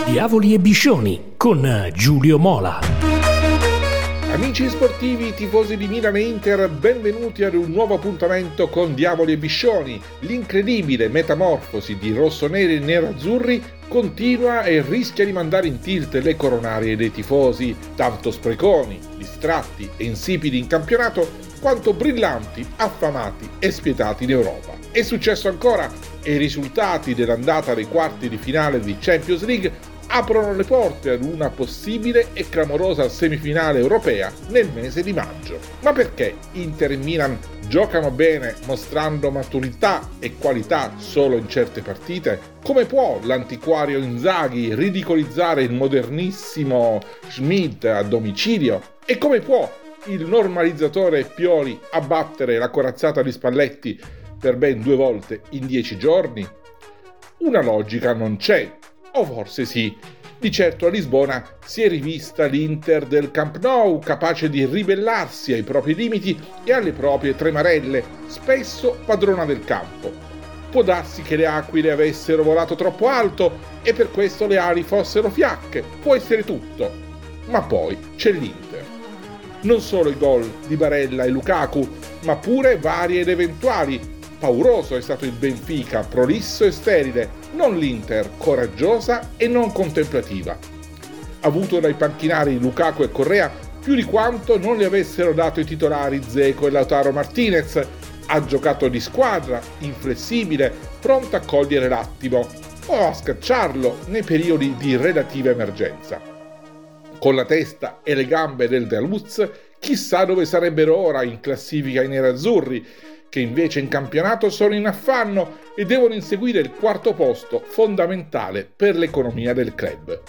Diavoli e Biscioni con Giulio Mola. Amici sportivi, tifosi di Milan e Inter, benvenuti ad un nuovo appuntamento con Diavoli e Biscioni. L'incredibile metamorfosi di rossoneri e nerazzurri continua e rischia di mandare in tilt le coronarie dei tifosi, tanto spreconi, distratti e insipidi in campionato, quanto brillanti, affamati e spietati in Europa. È successo ancora e i risultati dell'andata dei quarti di finale di Champions League aprono le porte ad una possibile e clamorosa semifinale europea nel mese di maggio. Ma perché Inter e Milan giocano bene mostrando maturità e qualità solo in certe partite? Come può l'antiquario Inzaghi ridicolizzare il modernissimo Schmidt a domicilio? E come può il normalizzatore Pioli abbattere la corazzata di Spalletti per ben 2 volte in 10 giorni? Una logica non c'è. O forse sì. Di certo a Lisbona si è rivista l'Inter del Camp Nou, capace di ribellarsi ai propri limiti e alle proprie tremarelle, spesso padrona del campo. Può darsi che le aquile avessero volato troppo alto e per questo le ali fossero fiacche, può essere tutto. Ma poi c'è l'Inter. Non solo i gol di Barella e Lukaku, ma pure vari ed eventuali. Pauroso è stato il Benfica, prolisso e sterile, non l'Inter, coraggiosa e non contemplativa. Avuto dai panchinari Lukaku e Correa più di quanto non li avessero dato i titolari Dzeko e Lautaro Martinez. Ha giocato di squadra, inflessibile, pronto a cogliere l'attimo o a scacciarlo nei periodi di relativa emergenza. Con la testa e le gambe del Daluz, chissà dove sarebbero ora in classifica i nerazzurri, che invece in campionato sono in affanno e devono inseguire il 4º posto fondamentale per l'economia del club.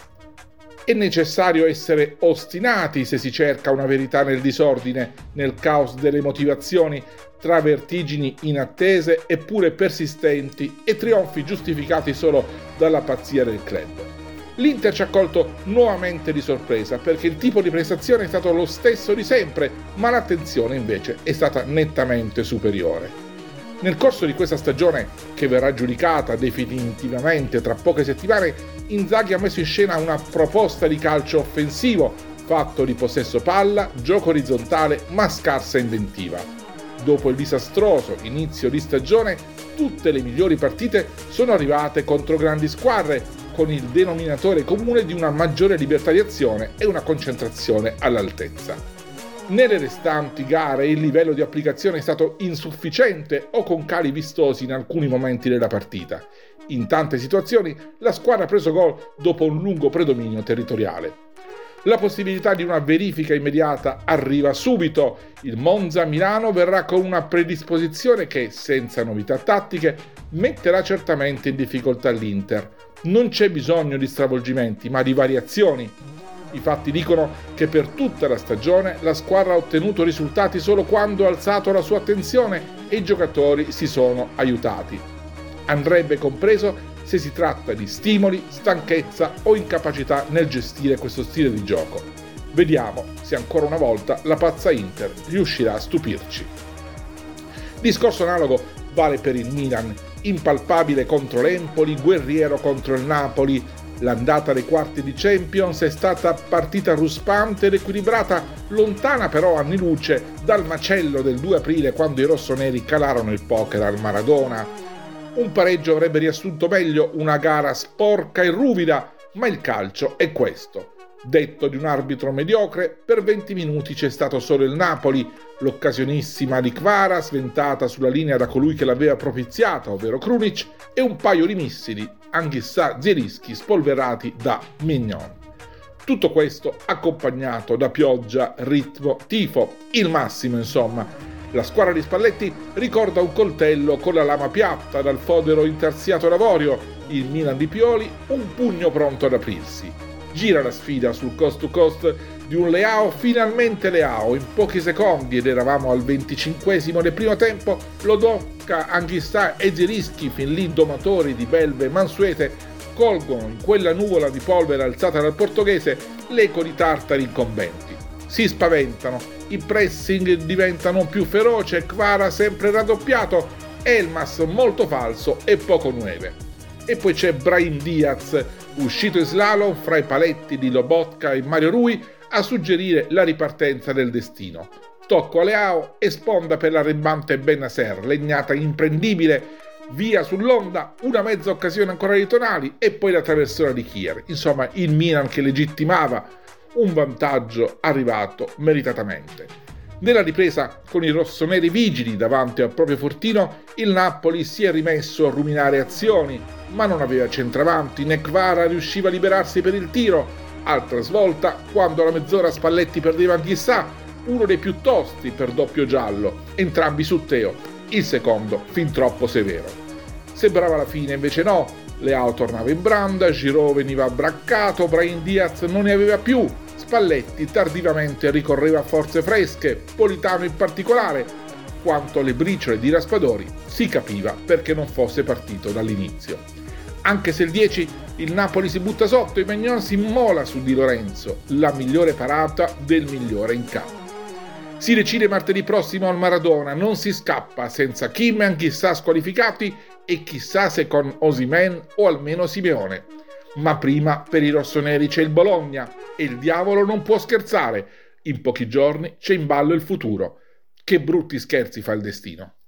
È necessario essere ostinati se si cerca una verità nel disordine, nel caos delle motivazioni, tra vertigini inattese eppure persistenti e trionfi giustificati solo dalla pazzia del club. L'Inter ci ha colto nuovamente di sorpresa perché il tipo di prestazione è stato lo stesso di sempre, ma l'attenzione invece è stata nettamente superiore. Nel corso di questa stagione, che verrà giudicata definitivamente tra poche settimane, Inzaghi ha messo in scena una proposta di calcio offensivo, fatto di possesso palla, gioco orizzontale ma scarsa inventiva. Dopo il disastroso inizio di stagione, tutte le migliori partite sono arrivate contro grandi squadre, con il denominatore comune di una maggiore libertà di azione e una concentrazione all'altezza. Nelle restanti gare il livello di applicazione è stato insufficiente o con cali vistosi in alcuni momenti della partita. In tante situazioni la squadra ha preso gol dopo un lungo predominio territoriale. La possibilità di una verifica immediata arriva subito. Il Monza-Milano verrà con una predisposizione che, senza novità tattiche, metterà certamente in difficoltà l'Inter. Non c'è bisogno di stravolgimenti, ma di variazioni. I fatti dicono che per tutta la stagione la squadra ha ottenuto risultati solo quando ha alzato la sua attenzione e i giocatori si sono aiutati. Andrebbe compreso se si tratta di stimoli, stanchezza o incapacità nel gestire questo stile di gioco. Vediamo se ancora una volta la pazza Inter riuscirà a stupirci. Discorso analogo vale per il Milan, impalpabile contro l'Empoli, guerriero contro il Napoli. L'andata dei quarti di Champions è stata partita ruspante ed equilibrata, lontana però anni luce dal macello del 2 aprile quando i rossoneri calarono il poker al Maradona. Un pareggio avrebbe riassunto meglio una gara sporca e ruvida, ma il calcio è questo. Detto di un arbitro mediocre, per 20 minuti c'è stato solo il Napoli, l'occasionissima di Kvara sventata sulla linea da colui che l'aveva propiziata, ovvero Krunic, e un paio di missili, Anghissà, Zielinski spolverati da Mignon. Tutto questo accompagnato da pioggia, ritmo, tifo, il massimo insomma. La squadra di Spalletti ricorda un coltello con la lama piatta dal fodero intarsiato d'avorio, il Milan di Pioli un pugno pronto ad aprirsi. Gira la sfida sul coast to coast di un Leao, finalmente Leao, in pochi secondi ed eravamo al 25esimo del primo tempo, Lodotka, Anghissà e Zielinski, fin lì domatori di belve e mansuete, colgono in quella nuvola di polvere alzata dal portoghese l'eco di tartari incombenti. Si spaventano, i pressing diventano più feroce, Kvara sempre raddoppiato, Elmas molto falso e poco nueve. E poi c'è Brahim Diaz, uscito in slalom fra i paletti di Lobotka e Mario Rui, a suggerire la ripartenza del destino. Tocco a Leao e sponda per la rimbalzante Bennacer, legnata imprendibile, via sull'onda, una mezza occasione ancora di Tonali e poi la traversona di Kier. Insomma, il Milan che legittimava un vantaggio arrivato meritatamente. Nella ripresa, con i rossoneri vigili davanti al proprio fortino, il Napoli si è rimesso a ruminare azioni, ma non aveva centravanti, né Kvara riusciva a liberarsi per il tiro. Altra svolta, quando alla mezz'ora Spalletti perdeva Anghissà, uno dei più tosti per doppio giallo, entrambi su Teo, il secondo fin troppo severo. Sembrava la fine, invece no. Leao tornava in branda, Giroud veniva abbraccato, Brahim Diaz non ne aveva più, Spalletti tardivamente ricorreva a forze fresche, Politano in particolare. Quanto alle briciole di Raspadori si capiva perché non fosse partito dall'inizio. Anche se il 10 il Napoli si butta sotto, e Maignan si immola su Di Lorenzo, la migliore parata del migliore in campo. Si decide martedì prossimo al Maradona, non si scappa senza Kim e Anghissà squalificati e chissà se con Osimhen o almeno Simeone. Ma prima per i rossoneri c'è il Bologna e il diavolo non può scherzare. In pochi giorni c'è in ballo il futuro. Che brutti scherzi fa il destino.